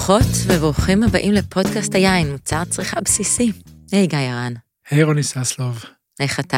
ברוכות וברוכים הבאים לפודקאסט היין, מוצר צריכה בסיסי. היי גיא הרן. היי רוני ססלוב. איך אתה?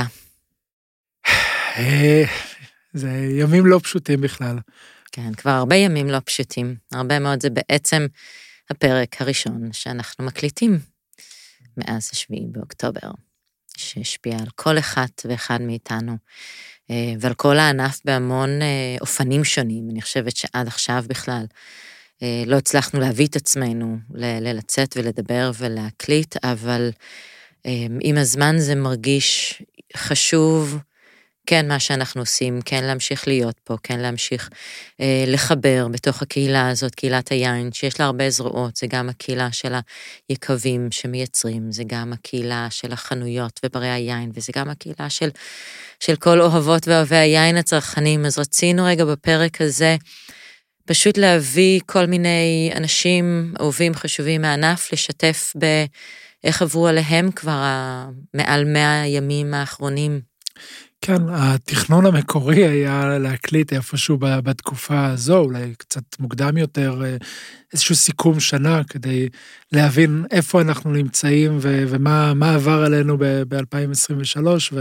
זה ימים לא פשוטים בכלל. כן, כבר הרבה ימים לא פשוטים. הרבה מאוד זה בעצם הפרק הראשון שאנחנו מקליטים מאז 7 באוקטובר, שהשפיע על כל אחת ואחד מאיתנו, ועל כל הענף בהמון אופנים שונים. אני חושבת שעד עכשיו בכלל לא הצלחנו להביא את עצמנו לצאת ולדבר ולהקליט, אבל עם הזמן זה מרגיש חשוב, כן, מה שאנחנו עושים, כן להמשיך להיות פה, כן להמשיך לחבר בתוך הקהילה הזאת, קהילת היין, שיש לה הרבה זרועות, זה גם הקהילה של היקבים שמייצרים, זה גם הקהילה של החנויות וברי היין, וזה גם הקהילה של כל אוהבות ואוהבי היין הצרכנים. אז רצינו רגע בפרק הזה, פשוט להביא כל מיני אנשים אהובים חשובים מהענף, לשתף באיך עברו עליהם כבר מעל 100 ימים האחרונים. כן, התכנון המקורי היה להקליט איפשהו בתקופה הזו, אולי קצת מוקדם יותר, איזשהו סיכום שנה, כדי להבין איפה אנחנו נמצאים, ומה עבר עלינו ב-2023,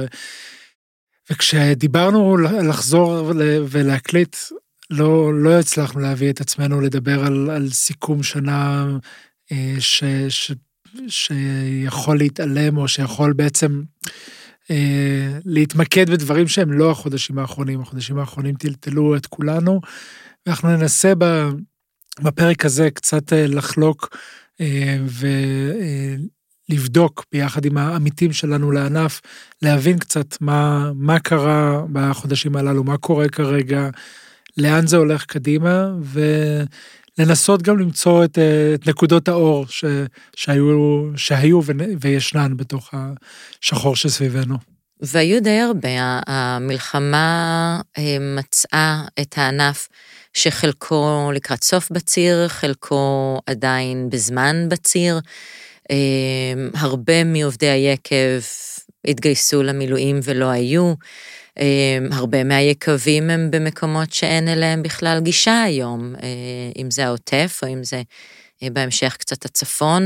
וכשדיברנו לחזור ולהקליט, לא הצלחנו להביא את עצמנו לדבר על סיכום שנה שיכול להתעלם, או שיכול בעצם להתמקד בדברים שהם לא החודשים האחרונים. החודשים האחרונים טלטלו את כולנו, ואנחנו ננסה בפרק הזה קצת לחלוק ולבדוק ביחד עם העמיתים שלנו לענף, להבין קצת מה קרה בחודשים הללו, מה קורה כרגע, לאן זה הולך קדימה, ולנסות גם למצוא את נקודות האור שהיו וישנן בתוך השחור שסביבנו. והיו די הרבה, המלחמה מצאה את הענף שחלקו לקראת סוף בציר, חלקו עדיין בזמן בציר, הרבה מעובדי היקב התגייסו למילואים ולא היו, הרבה מהיקבים הם במקומות שאין אליהם בכלל גישה היום, אם זה העוטף או אם זה בהמשך קצת הצפון,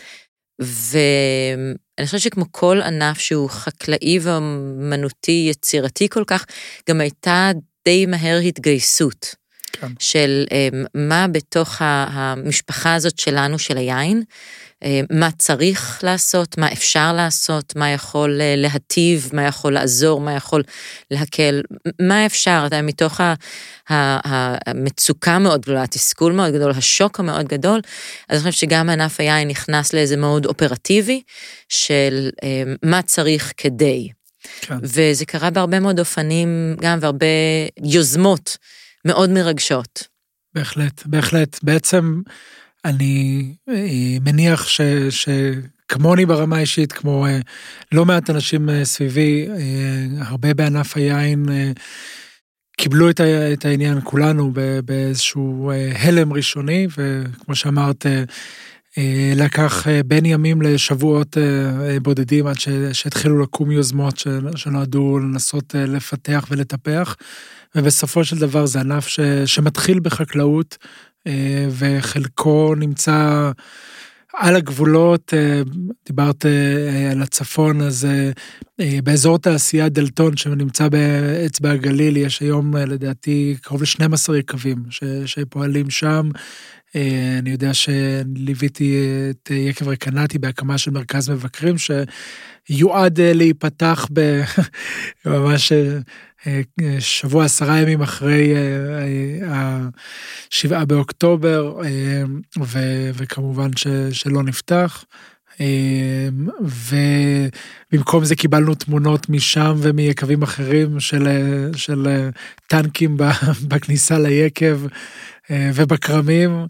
ואני חושבת שכמו כל ענף שהוא חקלאי ואמנותי יצירתי כל כך, גם הייתה די מהר התגייסות כן. של מה בתוך המשפחה הזאת שלנו של היין, מה צריך לעשות, מה אפשר לעשות, מה יכול להטיב, מה יכול לעזור, מה יכול להקל, מה אפשר, מתוך המצוקה מאוד גדולה, התסכול מאוד גדול, השוק המאוד גדול, אז אני חושב שגם ענף היין נכנס לאיזה מאוד אופרטיבי, של מה צריך כדי. כן. וזה קרה בהרבה מאוד אופנים, גם והרבה יוזמות מאוד מרגשות. בהחלט, בהחלט. בעצם אני מניח שכמוני ברמה האישית, כמו לא מעט אנשים סביבי, הרבה בענף היין קיבלו את העניין כולנו באיזשהו הלם ראשוני, וכמו שאמרת, לקח בין ימים לשבועות בודדים עד שהתחילו לקום יוזמות שנועדו לנסות לפתח ולטפח, ובסופו של דבר זה ענף שמתחיל בחקלאות, וחלקו נמצא על הגבולות. דיברת על הצפון, אז באזור תעשייה דלתון שנמצא באצבע הגליל, יש היום לדעתי קרוב ל-12 יקבים שפועלים שם. אני יודע שליוויתי את יקב רקנתי בהקמה של מרכז מבקרים, שיועד להיפתח ממש שבוע 10 ימים אחרי 7 באוקטובר, וכמובן שלא נפתח. ובמקום זה קיבלנו תמונות משם ומיקבים אחרים של טנקים בכניסה ליקב ובקרמים.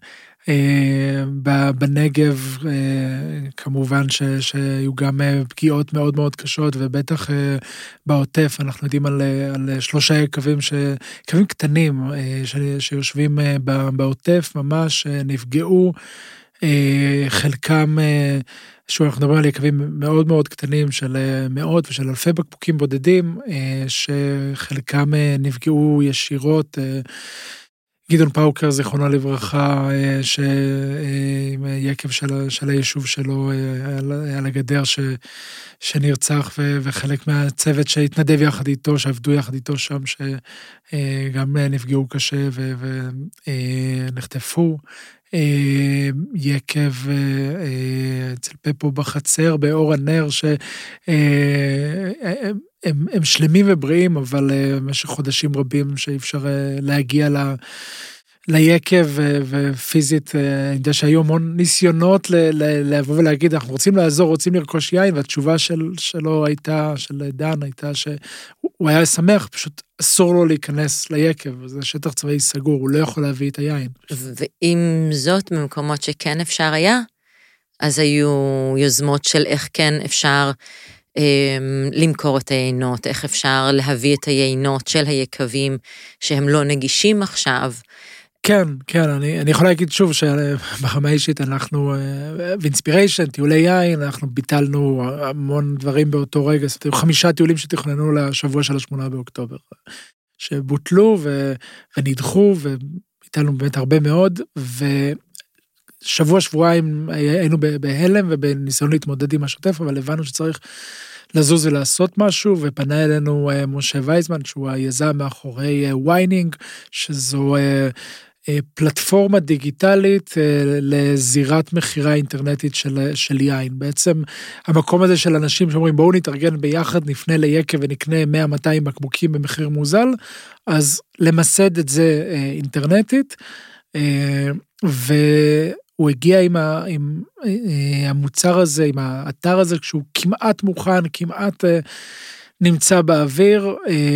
בנגב כמובן שהיו גם פגיעות מאוד מאוד קשות, ובטח בעוטף אנחנו יודעים על 3 יקבים יקבים קטנים שיושבים בעוטף ממש נפגעו, חלקם אנחנו מדברים על יקבים מאוד מאוד קטנים של מאות ושל אלפי בקבוקים בודדים, שחלקם נפגעו ישירות. גדעון פאוקר, זיכרונו לברכה, עם יקב של היישוב שלו, על הגדר שנרצח, וחלק מהצוות שהתנדב יחד איתו, שעבדו יחד איתו שם, שגם נפגעו קשה ונחטפו. יקב אצל פפו בחצר, באור הנר, הם שלמים ובריאים, אבל במשך חודשים רבים שאי אפשר להגיע ליקב, ופיזית, אני יודע שהיו המון ניסיונות לבוא ולהגיד, אנחנו רוצים לעזור, רוצים לרכוש יין, והתשובה שלו הייתה, של דן, הייתה שהוא היה שמח, פשוט אסור לו להיכנס ליקב, זה שטח צבאי סגור, הוא לא יכול להביא את היין. ועם זאת, במקומות שכן אפשר היה, אז היו יוזמות של איך כן אפשר למכור את היינות, איך אפשר להביא את היינות של היקבים שהם לא נגישים עכשיו. כן, אני יכול להגיד שוב שבחמה אישית אנחנו, באינספיריישן, טיולי יין, אנחנו ביטלנו המון דברים באותו רגע, זאת אומרת, 5 טיולים שתכננו לשבוע של 8 באוקטובר, שבוטלו ונדחו, וביטלנו באמת הרבה מאוד, שבועיים היינו בהלם ובניסיון להתמודד עם השוטף, אבל הבנו שצריך לזוז ולעשות משהו, ופנה אלינו משה וייזמן, שהוא היזם מאחורי ויינינג, שזו פלטפורמה דיגיטלית לזירת מחירה אינטרנטית של יין. בעצם המקום הזה של אנשים שאומרים, בואו נתארגן ביחד, נפנה ליקב ונקנה 100-200 בקבוקים במחיר מוזל, אז למסד את זה אינטרנטית, והוא הגיע עם המוצר הזה, עם האתר הזה, כשהוא כמעט מוכן, כמעט נמצא באוויר,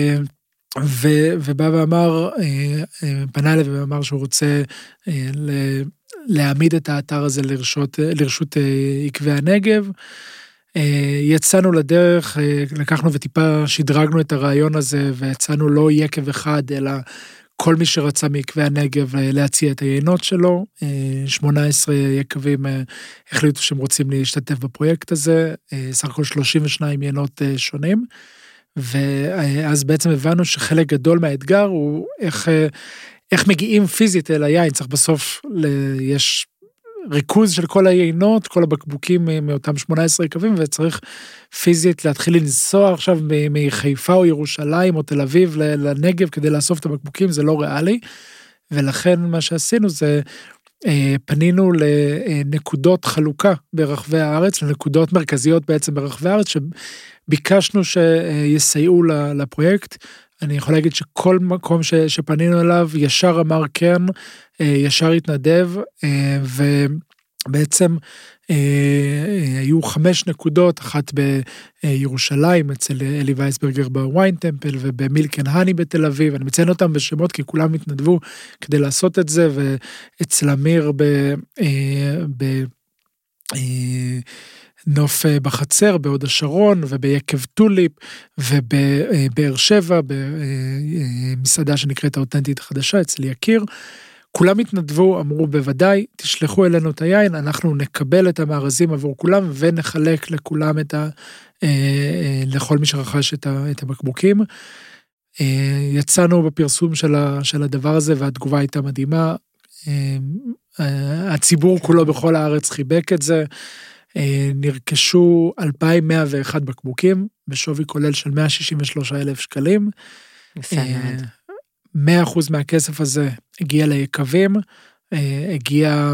ובא ואמר, פנה אליו ואמר שהוא רוצה להעמיד את האתר הזה לרשות עקבי הנגב. יצאנו לדרך, לקחנו וטיפה שדרגנו את הרעיון הזה, ויצאנו לא יקב אחד, אלא כל מי שרצה מעקבי הנגב להציע את היינות שלו. 18 יקבים החליטו שהם רוצים להשתתף בפרויקט הזה, סך הכל 32 יינות שונים, ואז בעצם הבנו שחלק גדול מהאתגר הוא איך מגיעים פיזית אל היין. צריך בסוף, יש ריכוז של כל היינות, כל הבקבוקים מאותם 18 יקבים, וצריך פיזית להתחיל לנסוע עכשיו מחיפה או ירושלים או תל אביב לנגב כדי לאסוף את הבקבוקים, זה לא ריאלי, ולכן מה שעשינו זה, פנינו לנקודות חלוקה ברחבי הארץ, לנקודות מרכזיות בעצם ברחבי הארץ, שביקשנו שיסייעו לפרויקט. אני יכול להגיד שכל מקום שפנינו אליו ישר אמר כן, ישר התנדב, ובעצם היו 5 נקודות, אחת בירושלים, אצל אלי וייסברגר בוויין טמפל, ובמילקן הני בתל אביב, אני מציין אותם בשמות כי כולם התנדבו כדי לעשות את זה, ואצל אמיר נוף בחצר, בהוד השרון, וביקב טוליפ, ובבאר שבע, במסעדה שנקראת האותנטית החדשה, אצל יקיר. כולם התנדבו, אמרו בוודאי, תשלחו אלינו את היין, אנחנו נקבל את המארזים עבור כולם, ונחלק לכולם לכל מי שרכש את הבקבוקים. יצאנו בפרסום של הדבר הזה, והתגובה הייתה מדהימה. הציבור כולו בכל הארץ חיבק את זה. נרכשו 2,101 בקבוקים, בשווי כולל של 163,000 שקלים. 100% מהכסף הזה הגיע ליקבים, הגיע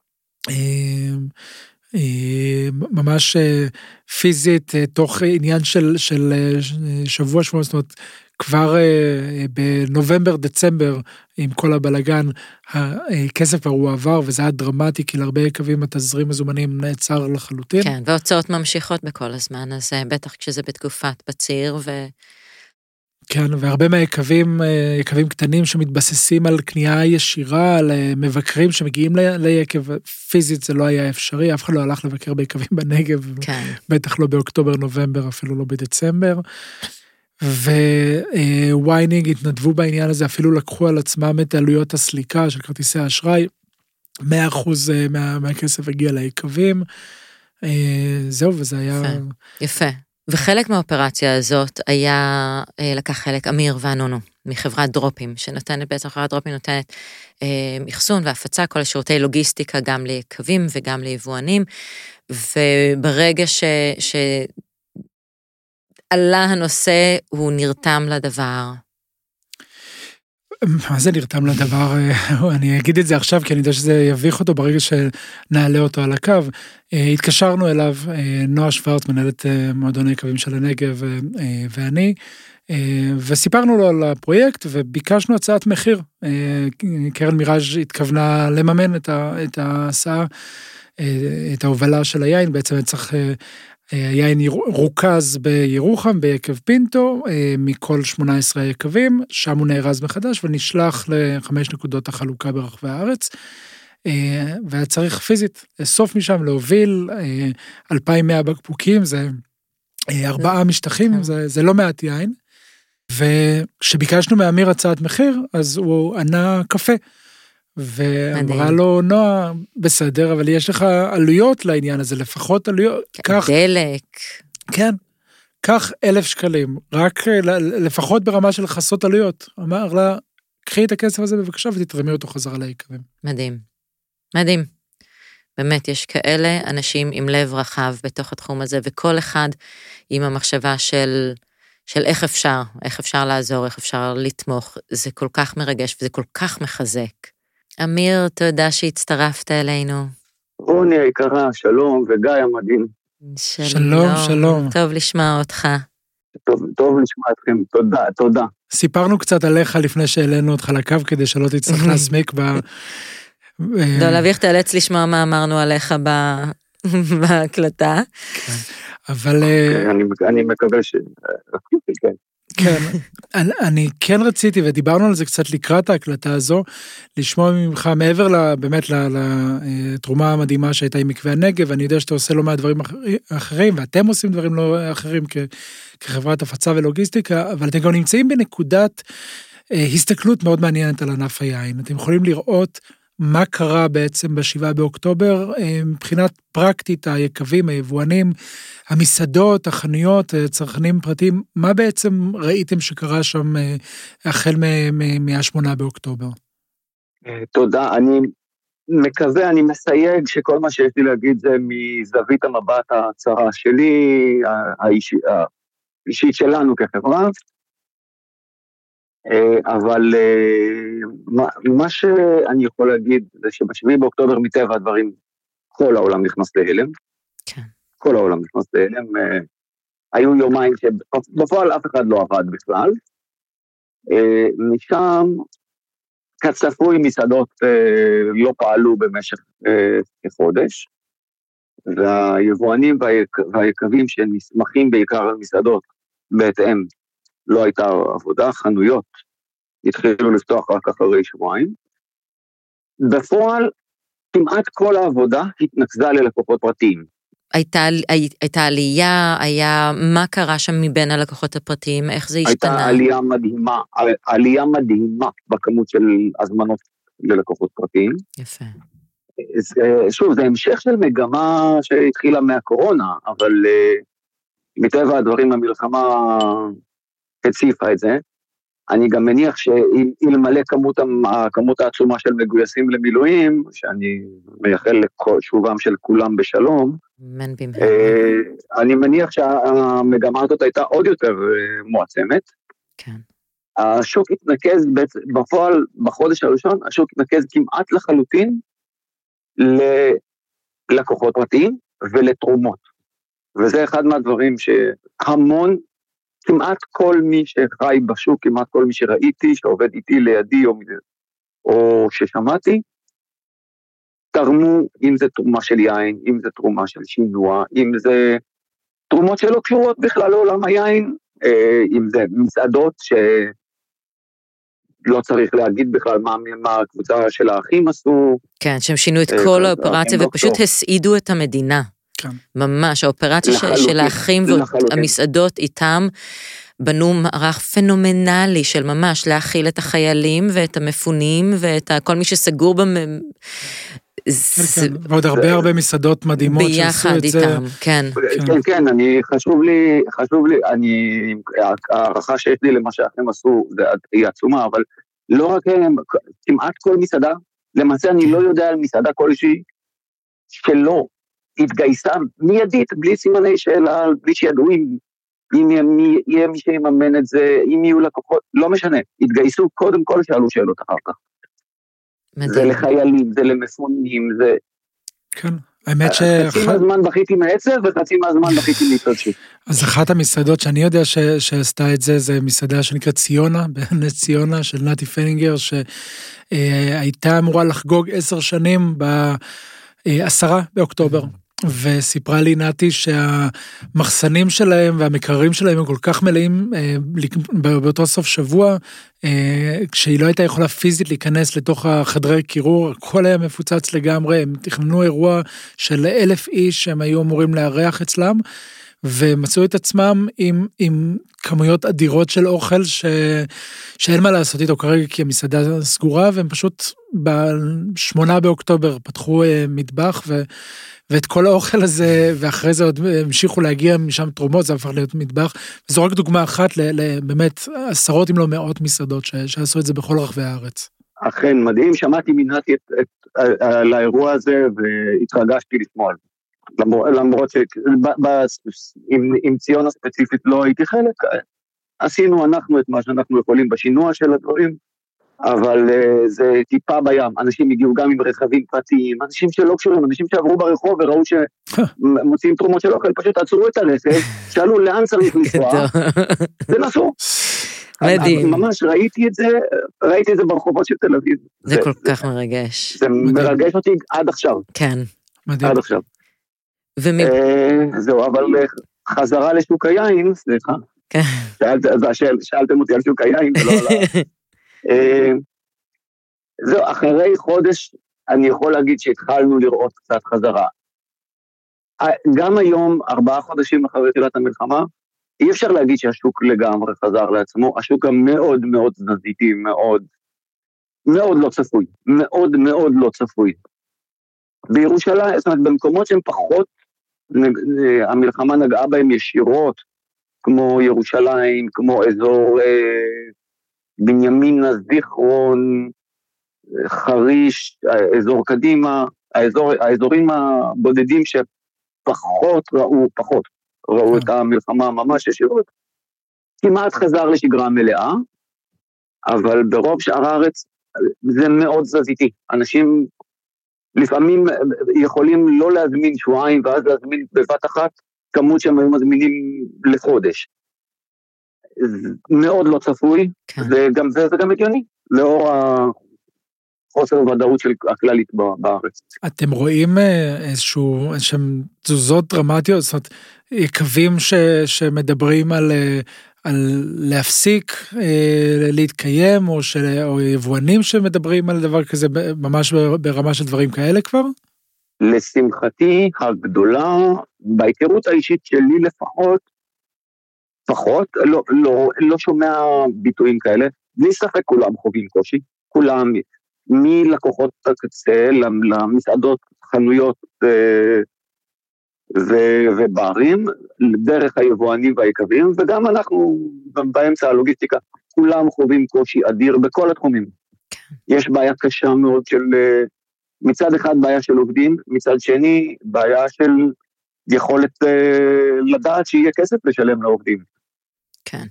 ממש פיזית, תוך עניין של שבוע, זאת אומרת, כבר בנובמבר, דצמבר, עם כל הבלגן, הכסף הוא עבר, וזה היה דרמטי, כי להרבה יקבים התזרים מזומנים נעצר לחלוטין. כן, והוצאות ממשיכות בכל הזמן, אז בטח כשזה בתקופת בציר, כן, והרבה מהיקבים, יקבים קטנים שמתבססים על קנייה ישירה, על מבקרים שמגיעים ליקב, פיזית זה לא היה אפשרי, אף אחד לא הלך לבקר ביקבים בנגב, כן. בטח לא באוקטובר, נובמבר, אפילו לא בדצמבר, וויינינג התנדבו בעניין הזה, אפילו לקחו על עצמם את עלויות הסליקה של כרטיסי האשראי, 100% מהכסף הגיע ליקבים, זהו, וזה היה... יפה. וחלק מהאופרציה הזאת היה לקח חלק אמיר ואנונו. מחברת דרופים, שנותנת בעצם חברת דרופים נותנת אחסון והפצה, כל השירותי לוגיסטיקה גם ליקבים וגם ליבואנים, וברגע שעלה הנושא, הוא נרתם לדבר. מה זה נרתם לדבר? אני אגיד את זה עכשיו, כי אני יודע שזה יביך אותו ברגע שנעלה אותו על הקו. התקשרנו אליו, נועה שוורץ, מנהלת מועדון היקבים של הנגב, ואני, וסיפרנו לו על הפרויקט, וביקשנו הצעת מחיר. קרן מיראז' התכוונה לממן את ההסעה, את ההובלה של היין, בעצם צריך... היין רוכז בירוחם, ביקב פינטו, מכל 18 יקבים, שם הוא נארז מחדש, ונשלח ל5 נקודות החלוקה ברחבי הארץ, והיה צריך פיזית, לסוף משם, להוביל 2,100 בקבוקים, זה 4 משטחים, זה לא מעט יין, וכשביקשנו מאמיר הצעת מחיר, אז הוא ענה קפה, ואמרה לו, נועה, בסדר, אבל יש לך עלויות לעניין הזה, לפחות עלויות, דלק. כן, קח 1,000 שקלים, רק לפחות ברמה של חסות עלויות. אמר לה, קחי את הכסף הזה בבקשה, ותתרמי אותו חזרה ליקבים. מדהים, מדהים. באמת, יש כאלה אנשים עם לב רחב בתוך התחום הזה, וכל אחד עם המחשבה של איך אפשר לעזור, איך אפשר לתמוך, זה כל כך מרגש, וזה כל כך מחזק. אמיר, תודה שהצטרפת אלינו. רוני היקרה, שלום, וגיא המדהים. שלום. טוב לשמוע אותך. טוב לשמוע אתכם, תודה. סיפרנו קצת עליך לפני שהעלינו אותך לקו, כדי שלא תצטרך להסמיק לא, להביך תאלץ לשמוע מה אמרנו עליך בהקלטה. אבל... אני מקווה ש... כן, אני כן רציתי, ודיברנו על זה קצת לקראת ההקלטה הזו, לשמוע ממך מעבר באמת לתרומה המדהימה שהייתה עם מקווה הנגב, אני יודע שאתה עושה לא מהדברים אחרים, ואתם עושים דברים לא אחרים כחברת הפצה ולוגיסטיקה, אבל אתם גם נמצאים בנקודת הסתכלות מאוד מעניינת על ענף היין. אתם יכולים לראות מה קרה בעצם ב7 באוקטובר, מבחינת פרקטית, היקבים, היבואנים, המסעדות, החנויות, צרכנים פרטיים, מה בעצם ראיתם שקרה שם החל מה8 באוקטובר? תודה, אני מקווה, אני מסייג שכל מה שיש לי להגיד זה מזווית המבט הצרה שלי, האישית שלנו כחברה, אבל מה שאני יכול להגיד זה שב7 באוקטובר מטבע הדברים כל העולם נכנס להלם. כן. כל העולם נכנס להלם. היו יומיים שבפועל אף אחד לא עבד בכלל. משם כצפוי מסעדות לא פעלו במשך כחודש, והיבואנים והיקבים שנסמכים בעיקר על מסעדות בהתאם לא הייתה עבודה, חנויות התחילו לפתוח רק אחרי שבועיים. בפועל, כמעט כל העבודה התנקזה ללקוחות פרטיים. הייתה עלייה, מה קרה שם מבין הלקוחות הפרטיים, איך זה השתנה? הייתה עלייה מדהימה בכמות של הזמנות ללקוחות פרטיים. יפה. שוב, זה המשך של מגמה שהתחילה מהקורונה, אבל מטבע הדברים המלחמה הציפה את זה. אני גם מניח שאלמלא כמות העצומה של מגויסים למילואים, שאני מייחל לשובם של כולם בשלום, אני מניח שהמגמה הזאת הייתה עוד יותר מועצמת. כן. השוק התנקז, בפועל בחודש הראשון, השוק התנקז כמעט לחלוטין ללקוחות פרטיים ולתרומות. וזה אחד מהדברים שהמון, כמעט כל מי שחי בשוק, כמעט כל מי שראיתי, שעובד איתי לידי או ששמעתי, תרמו, אם זה תרומה של יין, אם זה תרומה של שינוע, אם זה תרומות שלא קשורות בכלל לעולם היין, אם זה מסעדות שלא צריך להגיד בכלל מה הקבוצה של האחים עשו. כן, שהם שינו את כל האופרציה ופשוט הסעידו את המדינה. ממש, האופרציה של האחים והמסעדות איתם, בנו מערך פנומנלי של ממש להכיל את החיילים ואת המפונים ואת כל מי שסגור ועוד הרבה מסעדות מדהימות שעשו את זה. ביחד איתם, כן. כן, חשוב לי, הערכה שיש לי למה שאתם עשו, היא עצומה, אבל לא רק הם, כמעט כל מסעדה, למעשה אני לא יודע על מסעדה כלשהי, שלא התגייסה מיידית, בלי סימני שאלה, בלי שידעו אם יהיה מי שיממן את זה, אם יהיו לקוחות, לא משנה, התגייסו קודם כל שאלו שאלות אחר כך. זה לחיילים, זה למפונים, זה... כן, האמת חצי מהזמן בכיתי מעצב, וחצי מהזמן בכיתי להתרגשות. אז אחת המסעדות שאני יודע שעשתה את זה, זה מסעדה שנקראת ציונה, בנס ציונה, של נתי פנינגר, שהייתה אמורה לחגוג 10 שנים ב10 באוקטובר. וסיפרה לי נתי שהמחסנים שלהם והמקררים שלהם הם כל כך מלאים באותו סוף שבוע, כשהיא לא הייתה יכולה פיזית להיכנס לתוך החדרי קירור, הכל היה מפוצץ לגמרי, הם תכננו אירוע של 1,000 איש שהם היו אמורים לארח אצלם, ומצאו את עצמם עם כמויות אדירות של אוכל שאין מה לעשות איתו כרגע כי המסעדה סגורה, והם פשוט ב8 באוקטובר פתחו מטבח ואת כל האוכל הזה, ואחרי זה עוד המשיכו להגיע משם תרומות, זה הפך להיות מטבח, וזו רק דוגמה אחת באמת עשרות אם לא מאות מסעדות שעשו את זה בכל רחבי הארץ. אכן, מדהים, שמעתי מנתי על האירוע הזה, והתרגשתי לשמוע. למרות שעם ציונה ספציפית לא הייתי חלק, עשינו אנחנו את מה שאנחנו יכולים בשינוע של הדברים, אבל זה טיפה בים, אנשים הגיעו גם עם רכבים פרטיים, אנשים שלא קשורים, אנשים שעברו ברחוב וראו שמוצאים תרומות של אוכל, פשוט עצרו את הרכב, שאלו לאן צריך לנסוע, ונסעו. מדהים. ממש ראיתי את זה ברחובות של תל אביב. זה כל כך מרגש. זה מרגש אותי עד עכשיו. כן. עד עכשיו. זהו, אבל חזרה לשוק היין, סליחה. שאלתם אותי על שוק היין, ולא עליו. זהו, אחרי חודש אני יכול להגיד שהתחלנו לראות קצת חזרה. גם היום, 4 חודשים אחרי תחילת המלחמה, אי אפשר להגיד שהשוק לגמרי חזר לעצמו, השוק המאוד מאוד תזזיתי, מאוד לא צפוי, מאוד מאוד לא צפוי. בירושלים, זאת אומרת, במקומות שהם פחות, המלחמה נגעה בהם ישירות, כמו ירושלים, כמו אזור בנימינה, זיכרון, חריש, אזור קדימה, האזורים הבודדים שפחות ראו את המלחמה ממש ישירות, כמעט חזר לשגרה מלאה, אבל ברוב שאר הארץ זה מאוד זזיתי. אנשים לפעמים יכולים לא להזמין שבועיים, ואז להזמין בבת אחת כמות שהם היו מזמינים לחודש. מאוד לא צפוי, זה גם הגיוני, לאור החוסר ודאות של הכללית בארץ. אתם רואים איזשהם תזוזות דרמטיות, זאת אומרת, יקבים שמדברים על להפסיק להתקיים, או יבואנים שמדברים על דבר כזה, ממש ברמה של דברים כאלה כבר? לשמחתי הגדולה, בהיכרות האישית שלי פחות, לא שומע ביטויים כאלה, בלי ספק כולם חווים קושי, כולם, מלקוחות הקצה, למסעדות, חנויות וברים, דרך היבואנים והיקבים, וגם אנחנו באמצע הלוגיסטיקה, כולם חווים קושי אדיר בכל התחומים. יש בעיה קשה מאוד של, מצד אחד בעיה של עובדים, מצד שני בעיה של יכולת לדעת שיהיה כסף לשלם לעובדים. כן.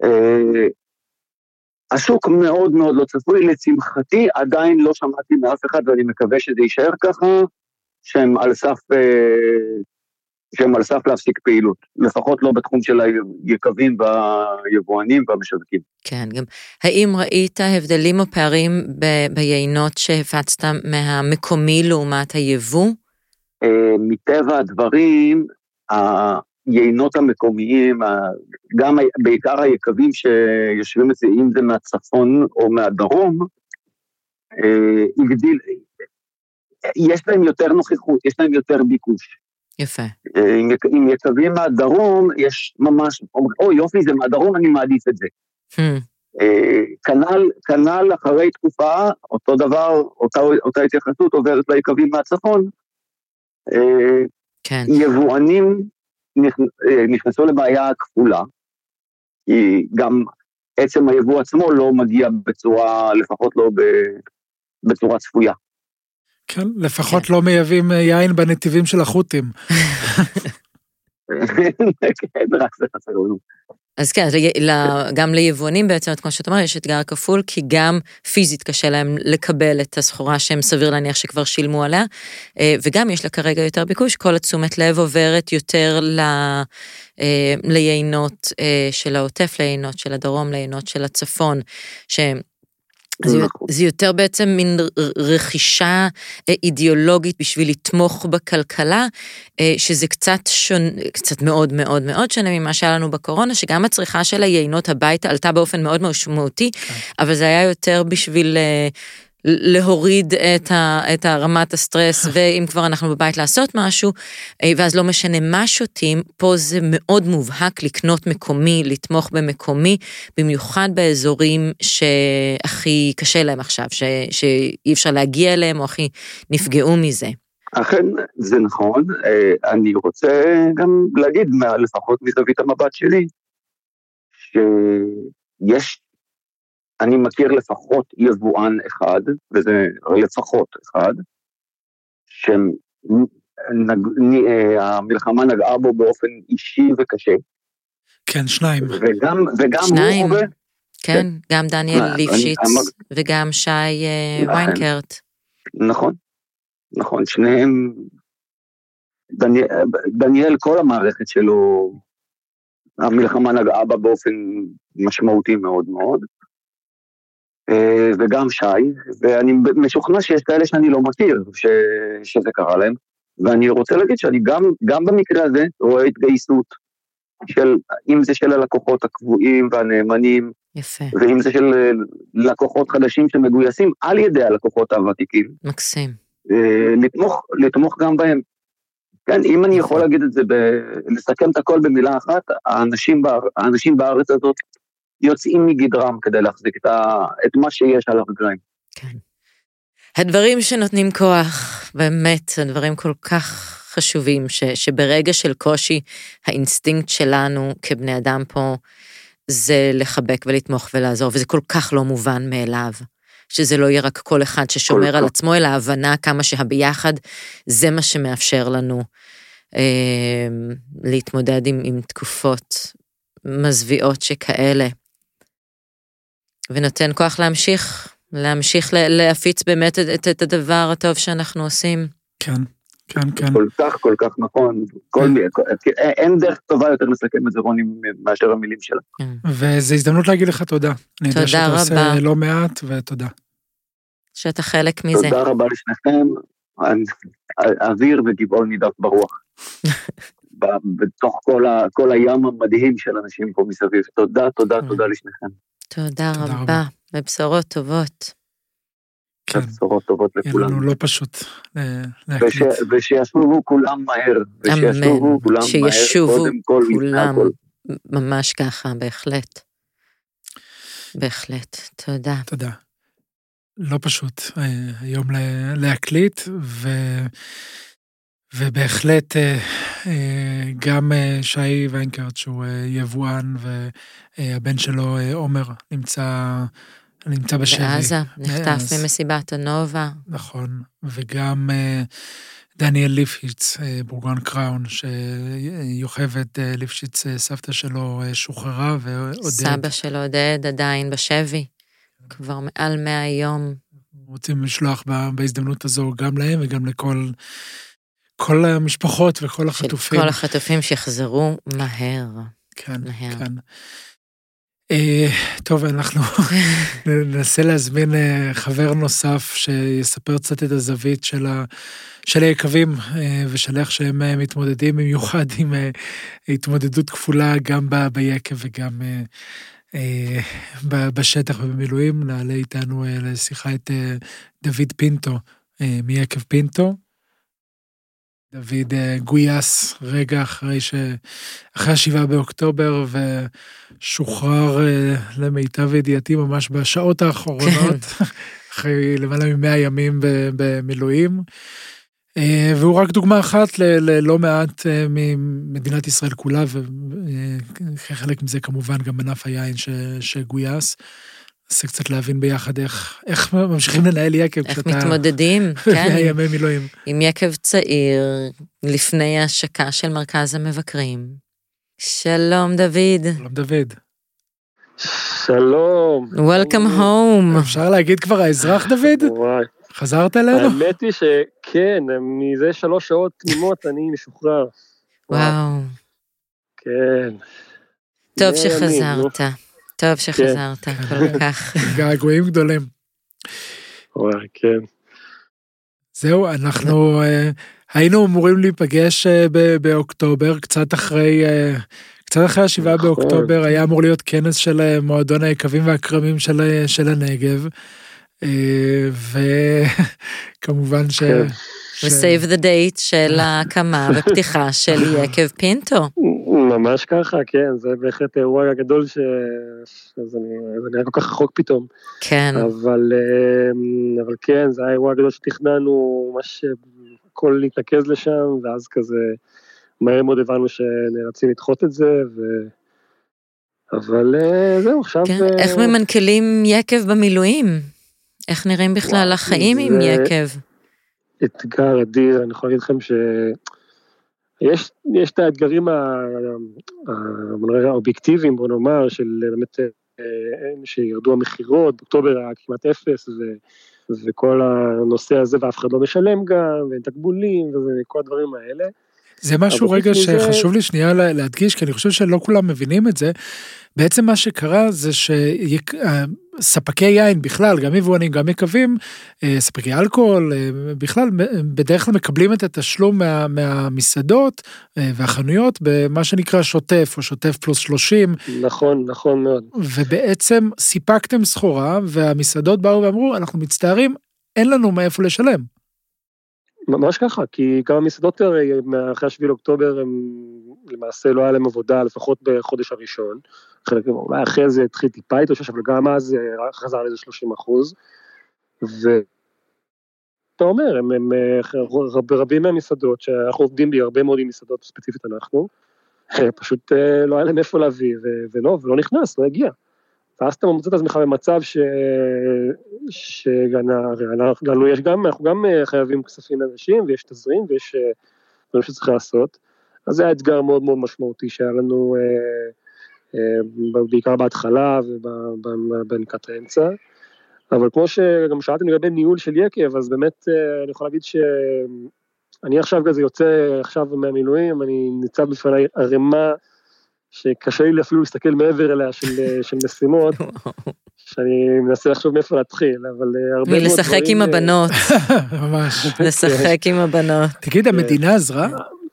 השוק מאוד מאוד לא צפוי, לשמחתי עדיין לא שמעתי מאף אחד, ואני מקווה שזה יישאר ככה, שהם על סף להפסיק פעילות, לפחות לא בתחום של היקבים והיבואנים והמשווקים. כן, גם האם ראית הבדלים או פערים ביינות שהפצת מהמקומי לעומת היבוא? מטבע הדברים, היינות המקומיים, גם בעיקר היקבים שיושבים אצלי, אם זה מהצפון או מהדרום, יש להם יותר נוכחות, יש להם יותר ביקוש. יפה. אם יקבים מהדרום, יש ממש, יופי, זה מהדרום, אני מעדיף את זה. כנ"ל אחרי תקופה, אותו דבר, אותה התייחסות עוברת ליקבים מהצפון, כן. יבואנים נכנסו לבעיה כפולה, כי גם עצם היבוא עצמו לא מגיע בצורה, לפחות לא בצורה צפויה. כן, לפחות לא מייבאים יין בנתיבים של החות'ים. כן, רק זה חסר לנו. אז כן, גם ליבואנים בעצם, כמו שאתה אומר, יש אתגר כפול, כי גם פיזית קשה להם לקבל את הסחורה שהם סביר להניח שכבר שילמו עליה, וגם יש לה כרגע יותר ביקוש, כל התשומת לב עוברת יותר ליינות של העוטף, ליינות של הדרום, ליינות של הצפון, זה יותר בעצם מין רכישה אידיאולוגית בשביל לתמוך בכלכלה, שזה קצת מאוד מאוד מאוד שונה ממה שהיה לנו בקורונה, שגם הצריכה של היינות הביתה עלתה באופן מאוד משמעותי, אבל זה היה יותר בשביל להוריד את הרמת הסטרס, ואם כבר אנחנו בבית לעשות משהו, ואז לא משנה מה שותים, פה זה מאוד מובהק לקנות מקומי, לתמוך במקומי, במיוחד באזורים שהכי קשה להם עכשיו, שאי אפשר להגיע אליהם, או הכי נפגעו מזה. אכן, זה נכון. אני רוצה גם להגיד, לפחות מזווית המבט שלי, שיש, אני מכיר לפחות יבואן אחד, וזה לפחות אחד, שהמלחמה נגעה בו באופן אישי וקשה. כן, שניים. וגם שניים. הוא עובד. כן, גם דניאל ליפשיץ, וגם שי ויינקרט. נכון, שניהם, דניאל, כל המערכת שלו, המלחמה נגעה בה באופן משמעותי מאוד מאוד, וגם שי, ואני משוכנע שיש כאלה שאני לא מכיר, שזה קרה להם, ואני רוצה להגיד שאני גם במקרה הזה רואה התגייסות, אם זה של הלקוחות הקבועים והנאמנים, יפה. ואם זה של לקוחות חדשים שמגויסים על ידי הלקוחות הוותיקים. מקסים. לתמוך גם בהם. כן, אם אני יכול להגיד את זה, לסכם את הכל במילה אחת, האנשים בארץ הזאת יוצאים מגדרם כדי להחזיק את מה שיש על הרגליים. כן. הדברים שנותנים כוח, באמת, הדברים כל כך חשובים, שברגע של קושי, האינסטינקט שלנו כבני אדם פה, זה לחבק ולתמוך ולעזור, וזה כל כך לא מובן מאליו, שזה לא יהיה רק כל אחד ששומר על עצמו, אלא ההבנה כמה שהביחד, זה מה שמאפשר לנו להתמודד עם תקופות מזוויעות שכאלה, ונותן כוח להמשיך להפיץ באמת את הדבר הטוב שאנחנו עושים. כן. כל כך נכון. אין דרך טובה יותר לסכם את זה, רוני, מאשר המילים שלה. וזו הזדמנות להגיד לך תודה. אני יודע שאתה עושה לא מעט, ותודה. שאתה חלק מזה. תודה רבה לשניכם. אוויר וגבעול נידף ברוח. בתוך כל הים המדהים של אנשים פה מסביב. תודה לשניכם. תודה רבה, ובשורות טובות. כן. בשורות טובות לכולם. יהיה לנו לא פשוט להקליט. ושישובו כולם מהר. אמן, שישובו כולם. ממש ככה, בהחלט. תודה. תודה. לא פשוט היום להקליט, ובהחלט גם שי ויינקרט שהוא יבואן, והבן שלו עומר נמצא בשבי. בעזה, נחטף ממסיבת הנובה. נכון, וגם דניאל ליפשיץ, בורגון קראון, שיוכבד ליפשיץ, סבתא שלו שוחררה, ועודד. סבא שלו עודד עדיין בשבי, כבר מעל 100 יום. רוצים לשלוח בהזדמנות הזו גם להם וגם כל המשפחות וכל החטופים. כל החטופים שיחזרו מהר. כן. טוב, אנחנו ננסה להזמין חבר נוסף שיספר קצת את הזווית של היקבים ושל איך שהם מתמודדים במיוחד עם התמודדות כפולה גם ביקב וגם בשטח ובמילואים. נעלה איתנו לשיחה את דוד פינטו מיקב פינטו. דוד גויס רגע אחרי 7 באוקטובר, ושוחרר למיטב ידיעתי ממש בשעות האחרונות, אחרי למעלה מ100 ימים במילואים, והוא רק דוגמה אחת ללא מעט ממדינת ישראל כולה, וחלק מזה כמובן גם ענף היין שגויס. ננסה קצת להבין ביחד איך ממשיכים לנהל יקב. איך מתמודדים, כן. ימי מילואים. עם יקב צעיר, לפני ההשקה של מרכז המבקרים. שלום דוד. שלום דוד. שלום. Welcome home. אפשר להגיד כבר האזרח דוד? וואי. חזרת אלינו? האמת היא שכן, מזה 3 שעות תמימות אני משוחרר. וואו. כן. טוב שחזרת. טוב שחזרת, כל כך. געגועים גדולים. וואי, כן. זהו, אנחנו היינו אמורים להיפגש באוקטובר, קצת אחרי 7 באוקטובר, היה אמור להיות כנס של מועדון היקבים והכרמים של הנגב, וכמובן כן. ו-save the date של ההקמה ופתיחה של יקב פינטו. ממש ככה, כן, זה בהחלט אירוע גדול זה נראה כל כך רחוק פתאום. כן. אבל כן, זה היה אירוע גדול שתכננו, ממש הכל להתנקז לשם, ואז כזה מהר מאוד הבנו שנאלצים לדחות את זה, אבל זהו, עכשיו... כן, איך ממנכלים יקב במילואים? איך נראים בכלל החיים עם יקב? אתגר אדיר, אני יכול להגיד לכם יש את האתגרים האובייקטיביים, בוא נאמר, של באמת שירדו המחירות, באוקטובר היה כמעט 0, וכל הנושא הזה, ואף אחד לא משלם גם, ואין תקבולים, וכל הדברים האלה. זה משהו רגע שחשוב לי שנייה להדגיש, כי אני חושב שלא כולם מבינים את זה. בעצם מה שקרה זה שספקי יין בכלל, גם יבואנים, גם יקבים, ספקי אלכוהול, בכלל בדרך כלל מקבלים את התשלום מהמסעדות והחנויות במה שנקרא שוטף, או שוטף פלוס 30. נכון, נכון מאוד. ובעצם סיפקתם סחורה, והמסעדות באו ואמרו, אנחנו מצטערים, אין לנו מאיפה לשלם. ממש ככה, כי גם המסעדות אחרי 7 לאוקטובר, הם למעשה לא היה להם עבודה, לפחות בחודש הראשון, אולי אחרי זה התחיל טיפה איתו, אבל גם אז חזר לזה 30%, ואתה אומר, הם רבים מהמסעדות, שאנחנו עובדים בי הרבה מאוד עם מסעדות ספציפית אנחנו, פשוט לא היה להם איפה להביא, ולא נכנס, לא הגיע. ואז אתה מוצא את עצמך במצב לנו יש גם, אנחנו גם חייבים כספים לאנשים, ויש תזרים, ויש דברים שצריך לעשות. אז זה היה אתגר מאוד מאוד משמעותי שהיה לנו, בעיקר בהתחלה ובנקת האמצע. אבל כמו שגם שאלתם לגבי ניהול של יקב, אז באמת אני יכול להגיד שאני עכשיו כזה יוצא עכשיו מהמילואים, אני ניצב בפני ערימה, שקשה לי אפילו להסתכל מעבר אליה של משימות, שאני מנסה לחשוב מאיפה להתחיל, אבל הרבה מאוד דברים... מלשחק עם הבנות. ממש. לשחק עם הבנות. תגיד, המדינה עזרה?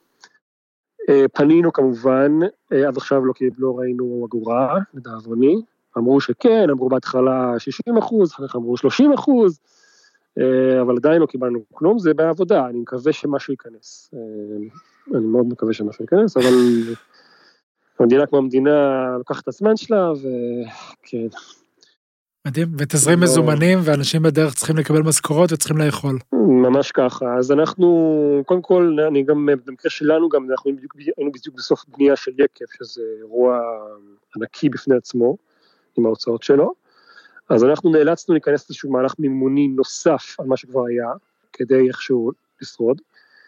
פנינו כמובן, עד עכשיו לא ראינו אגורה, לדאבוני, אמרו שכן, אמרו בהתחלה 60%, אחר כך אמרו 30%, אבל עדיין לא קיבלנו כלום, זה בעבודה, אני מקווה שמשהו ייכנס. אני מאוד מקווה שמשהו ייכנס, אבל... המדינה כמו המדינה לוקחת את הזמן שלה, וכן. מדהים, ותזרים מזומנים, ואנשים בדרך צריכים לקבל משכורות וצריכים לאכול. ממש ככה, אז אנחנו, קודם כל, אני גם, במקרה שלנו גם, אנחנו היינו בדיוק בסוף בנייה של יקב, שזה אירוע ענקי בפני עצמו, עם ההוצאות שלו, אז אנחנו נאלצנו להיכנס לאיזשהו מהלך מימוני נוסף על מה שכבר היה, כדי איכשהו לשרוד,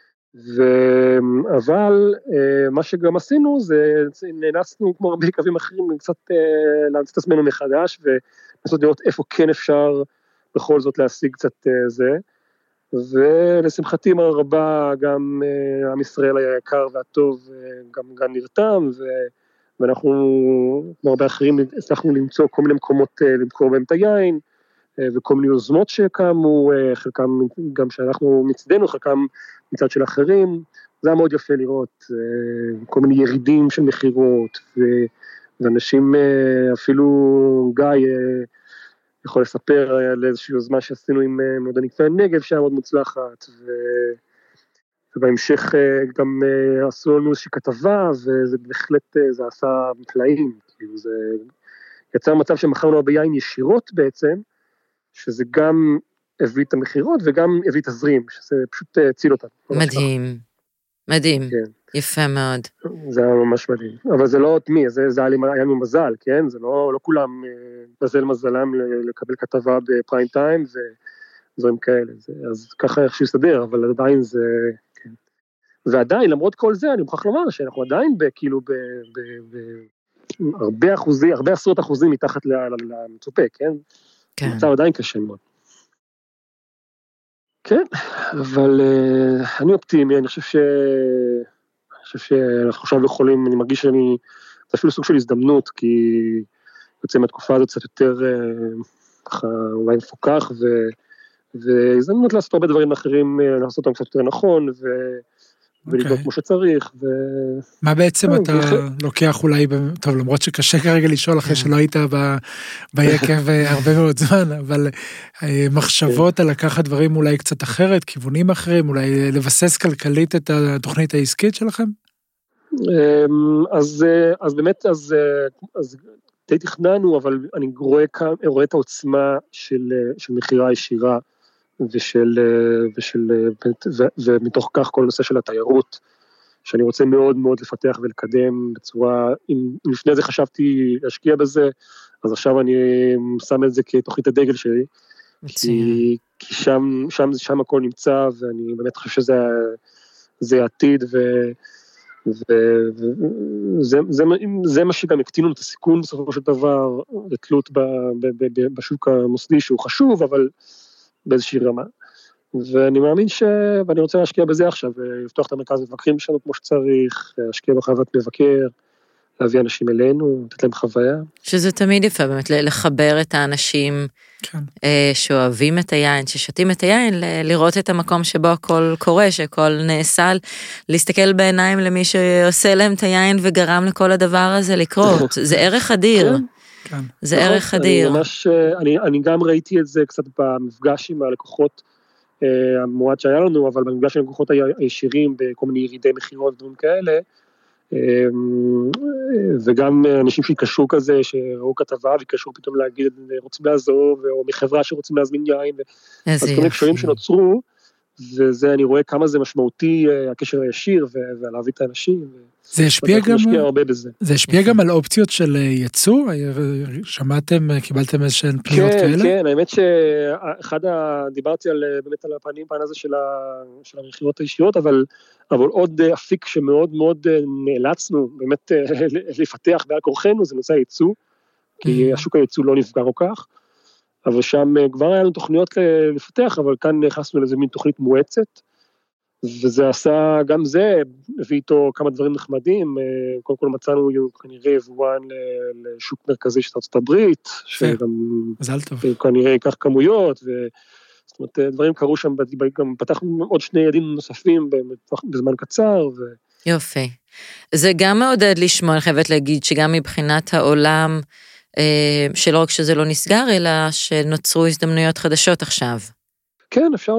אבל מה שגם עשינו זה נאנסנו כמו הרבה קווים אחרים קצת להמציא את עצמנו מחדש ולנסות לראות איפה כן אפשר בכל זאת להשיג קצת זה, ולשמחתי הרבה גם עם ישראל היה יקר והטוב גם נרתם, ואנחנו כמו הרבה אחרים הצלחנו למצוא כל מיני מקומות למכור בהם את היין, וכל מיני יוזמות שקמו, חלקם גם שאנחנו מצדנו, חלקם מצד של אחרים, זה היה מאוד יפה לראות, כל מיני ירידים של מחירות, ואנשים אפילו גיא יכול לספר על איזושהי יוזמה שעשינו עם מועדון יקבי הנגב, שהיה מאוד מוצלחת, ובהמשך גם עשו לנו איזושהי כתבה, וזה בהחלט, זה עשה פלאים, כאילו זה יצר מצב שמכרנו הרבה יין ישירות בעצם, שזה גם הביא את המחירות וגם הביא את הזרים, שזה פשוט הציל אותם. מדהים, מדהים, כן. יפה מאוד. זה היה ממש מדהים, אבל זה לא תמי, זה היה לנו מזל, כן? זה לא כולם מזלם לקבל כתבה בפריים טיים ודברים כאלה, אז ככה איך שיסדר, אבל עדיין זה, כן. ועדיין, למרות כל זה, אני מוכרח לומר שאנחנו עדיין כאילו הרבה עשרות אחוזים מתחת למצופה, כן? כן. המצב עדיין קשה מאוד. כן, אבל אני אופטימי, אני חושב שאנחנו עכשיו יכולים, אני מרגיש זה אפילו סוג של הזדמנות, כי יוצא מהתקופה הזאת קצת יותר ככה אולי מפוקח, והזדמנות לעשות הרבה דברים אחרים, לעשות אותם קצת יותר נכון, ולבדוק כמו שצריך. מה בעצם אתה לוקח אולי, טוב, למרות שקשה כרגע לשאול אחרי שלא היית ביקב הרבה מאוד זמן, אבל מחשבות על לקחת דברים אולי קצת אחרת, כיוונים אחרים, אולי לבסס כלכלית את התוכנית העסקית שלכם? אז באמת, אז די תכננו, אבל אני רואה את העוצמה של מחירה ישירה, ומתוך כך כל נושא של התיירות, שאני רוצה מאוד מאוד לפתח ולקדם בצורה, אם לפני זה חשבתי להשקיע בזה, אז עכשיו אני שם את זה כתוכנית הדגל שלי, כי שם הכל נמצא, ואני באמת חושב שזה העתיד, וזה מה שגם הקטינו את הסיכון בסופו של דבר, לתלות בשוק המוסדי שהוא חשוב, אבל באיזושהי רמה, ואני מאמין ואני רוצה להשקיע בזה עכשיו, לפתוח את המרכז מבקרים שלנו כמו שצריך, להשקיע בחוות מבקר, להביא אנשים אלינו, לתת להם חוויה. שזה תמיד יפה, באמת, לחבר את האנשים שאוהבים את היין, ששתים את היין, לראות את המקום שבו הכל קורה, שהכל נאסל, להסתכל בעיניים למי שעושה להם את היין וגרם לכל הדבר הזה לקרות. זה ערך אדיר. זה ערך אדיר. אני גם ראיתי את זה קצת במפגש עם הלקוחות המועד שהיה לנו, אבל במפגש עם הלקוחות הישירים, בכל מיני ירידי מחירות ודברים כאלה, וגם אנשים שהתקשרו כזה, שראו כתבה והתקשרו פתאום להגיד, רוצים לעזוב, או מחברה שרוצים להזמין יין, אז כל מיני קשרים שנוצרו, וזה אני רואה כמה זה משמעותי, הקשר הישיר, ולהביא את האנשים. זה השפיע גם על אופציות של ייצוא? שמעתם, קיבלתם איזשהן פניות כאלה? כן, האמת דיברתי באמת על הפן הזה של המחירות הישירות, אבל עוד אפיק שמאוד מאוד נאלצנו באמת לפתח בעל כורחנו, זה נושא הייצוא, כי השוק הייצוא לא נפגע כל כך, אבל שם כבר היה לנו תוכניות לפתח, אבל כאן נכנסנו לזה מין תוכנית מואצת, וזה עשה, גם זה הביא איתו כמה דברים נחמדים, קודם כל מצאנו כנראה יבואן לשוק מרכזי של ארצות הברית, שגם כנראה ייקח כמויות, זאת אומרת, דברים קרו שם, גם פתחנו עוד 2 יעדים נוספים בזמן קצר. יופי. זה גם מעודד לשמוע, אני חייבת להגיד שגם מבחינת העולם, שלא רק שזה לא נסגר, אלא שנוצרו הזדמנויות חדשות עכשיו. כן, אפשר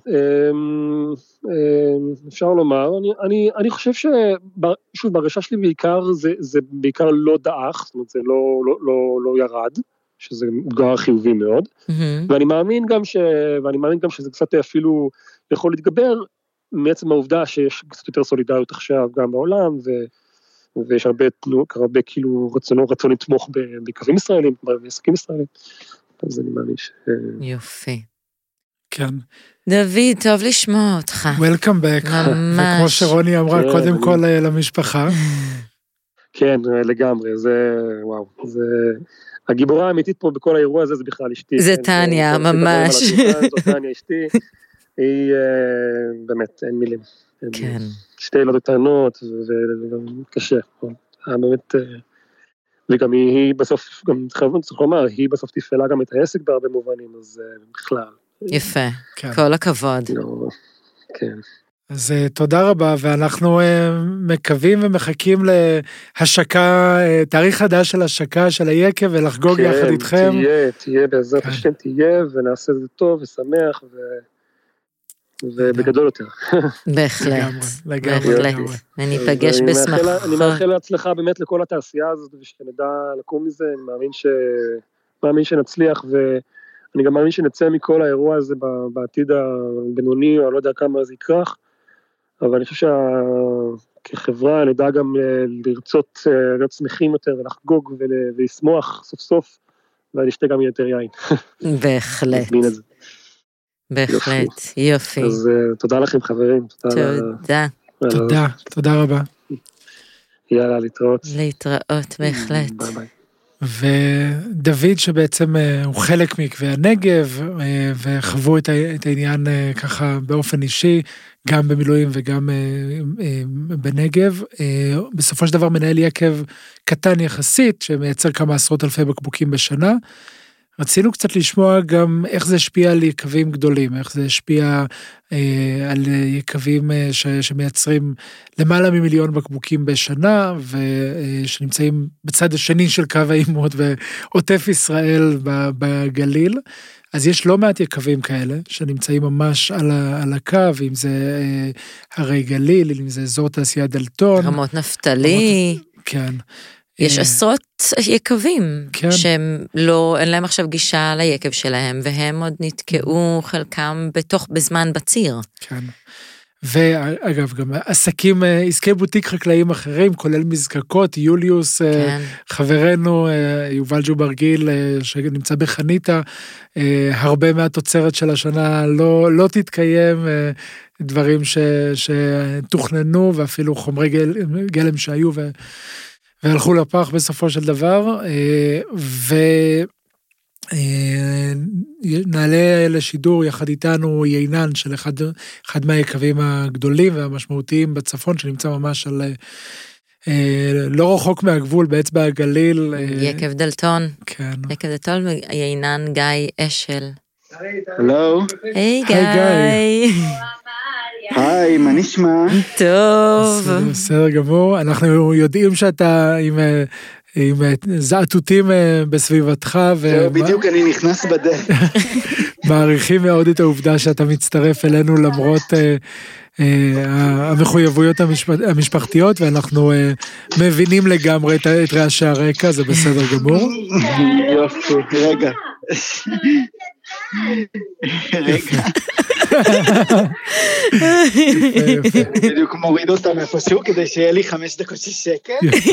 לומר, אני חושב שוב, ברגשה שלי בעיקר, זה בעיקר לא דאח, זאת אומרת, זה לא ירד, שזה אתגר חיובי מאוד, ואני מאמין גם שזה קצת אפילו יכול להתגבר, מעצם העובדה שיש קצת יותר סולידריות עכשיו גם בעולם, ויש הרבה כאילו רצון לתמוך בקווים ישראלים, בעסקים ישראלים, אז אני מאמין יופי. כן. דוד, טוב לשמוע אותך. Welcome back. ממש. וכמו שרוני אמרה, קודם כל למשפחה. כן, לגמרי, זה, וואו, זה, הגיבורה האמיתית פה בכל האירוע הזה, זה בכלל אשתי. זה טניה, ממש. זאת טניה אשתי, היא באמת, אין מילים. כן. 2 ילדות קטנות, וקשה, באמת, וגם היא בסוף, גם צריך לומר, היא בסוף תפעלה גם את העסק בהרבה מובנים, אז בכלל. יפה, כל הכבוד. כן. אז תודה רבה, ואנחנו מקווים ומחכים להשקה, תאריך חדש של השקה של היקב, ולחגוג יחד איתכם. תהיה, בעזרת השם תהיה, ונעשה את זה טוב ושמח, ובגדול יותר. בהחלט, לגמרי. אני אפגש בשמחות. אני מאחל להצלחה באמת לכל התעשייה הזאת, ושנדע לקום מזה, אני מאמין שנצליח, ואני גם מאמין שנצא מכל האירוע הזה בעתיד הבינוני, או לא יודע כמה זה יקרח, אבל אני חושב שכחברה נדע גם לרצות להיות שמחים יותר, ולחגוג ולשמוח סוף סוף, ונשתה גם יותר יין. בהחלט. בהחלט, יופי. אז תודה לכם חברים. תודה רבה. יאללה, להתראות. להתראות, בהחלט. ביי ביי. ודוד שבעצם הוא חלק מעקבי הנגב, וחוו את העניין ככה באופן אישי, גם במילואים וגם בנגב, בסופו של דבר מנהל יקב קטן יחסית, שמייצר כמה עשרות אלפי בקבוקים בשנה, רצינו קצת לשמוע גם איך זה השפיע על יקבים גדולים, איך זה השפיע על יקבים שמייצרים למעלה ממיליון בקבוקים בשנה, ושנמצאים בצד השני של קו העימות ועוטף ישראל בגליל. אז יש לא מעט יקבים כאלה, שנמצאים ממש על הקו, אם זה הרי גליל, אם זה אזור תעשייה דלתון. רמות נפתלי. כן. יש עשרות יקבים, שהם לא, אין להם עכשיו גישה ליקב שלהם, והם עוד נתקעו חלקם בזמן בציר. כן. ואגב, גם עסקים, עסקי בוטיק חקלאיים אחרים, כולל מזקקות, יוליוס, חברנו, יובל ג'וברגיל, שנמצא בחניתה, הרבה מהתוצרת של השנה לא תתקיים, דברים שתוכננו, ואפילו חומרי גלם שהיו והלכו לפח בסופו של דבר, נעלה לשידור יחד איתנו יינן של אחד מהיקבים הגדולים והמשמעותיים בצפון, שנמצא ממש על לא רחוק מהגבול, באצבע הגליל. יקב דלתון. כן. יקב דלתון ויינן גיא אשל. הלו. היי גיא. היי, מה נשמע? טוב. בסדר גמור, אנחנו יודעים שאתה עם זעתותים בסביבתך. בדיוק אני נכנס בדרך. מעריכים מאוד את העובדה שאתה מצטרף אלינו למרות המחויבויות המשפחתיות, ואנחנו מבינים לגמרי את רעשי הרקע, זה בסדר גמור. יופי, רגע. בדיוק מוריד אותם איפשהו כדי שיהיה לי 5 דקות של שקט.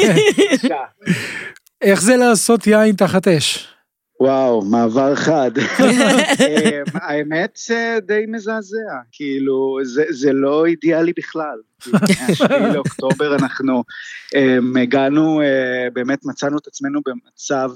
איך זה לעשות יין תחת אש? וואו, מעבר חד. האמת שדי מזעזע, כאילו זה לא אידיאלי בכלל. השביעי לאוקטובר אנחנו הגענו, באמת מצאנו את עצמנו במצב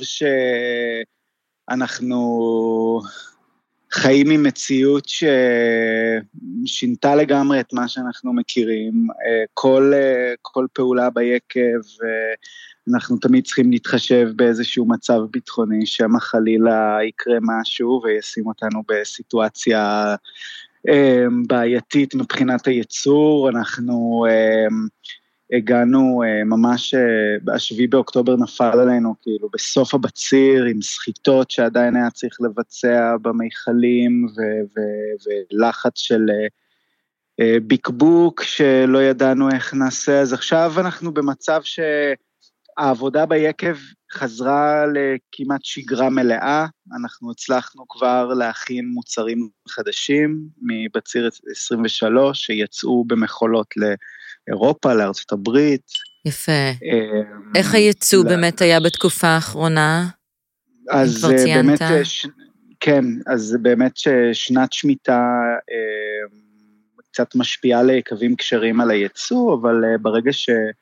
שאנחנו חיים עם מציאות ששינתה לגמרי את מה שאנחנו מכירים, כל פעולה ביקב, אנחנו תמיד צריכים להתחשב באיזשהו מצב ביטחוני, שמה חלילה יקרה משהו וישים אותנו בסיטואציה בעייתית מבחינת הייצור. אנחנו הגענו ממש, השביעי באוקטובר נפל עלינו, כאילו בסוף הבציר, עם סחיטות שעדיין היה צריך לבצע במחלים, ולחץ של ביקבוק שלא ידענו איך נעשה. אז עכשיו אנחנו במצב שהעבודה ביקב חזרה לכמעט שגרה מלאה, אנחנו הצלחנו כבר להכין מוצרים חדשים מבציר 23 שיצאו במחולות לאירופה, לארצות הברית. יפה. איך הייצוא באמת היה בתקופה האחרונה? אז באמת, כן, אז באמת ששנת שמיטה קצת משפיעה ליקבים קשרים על הייצוא, אבל ברגע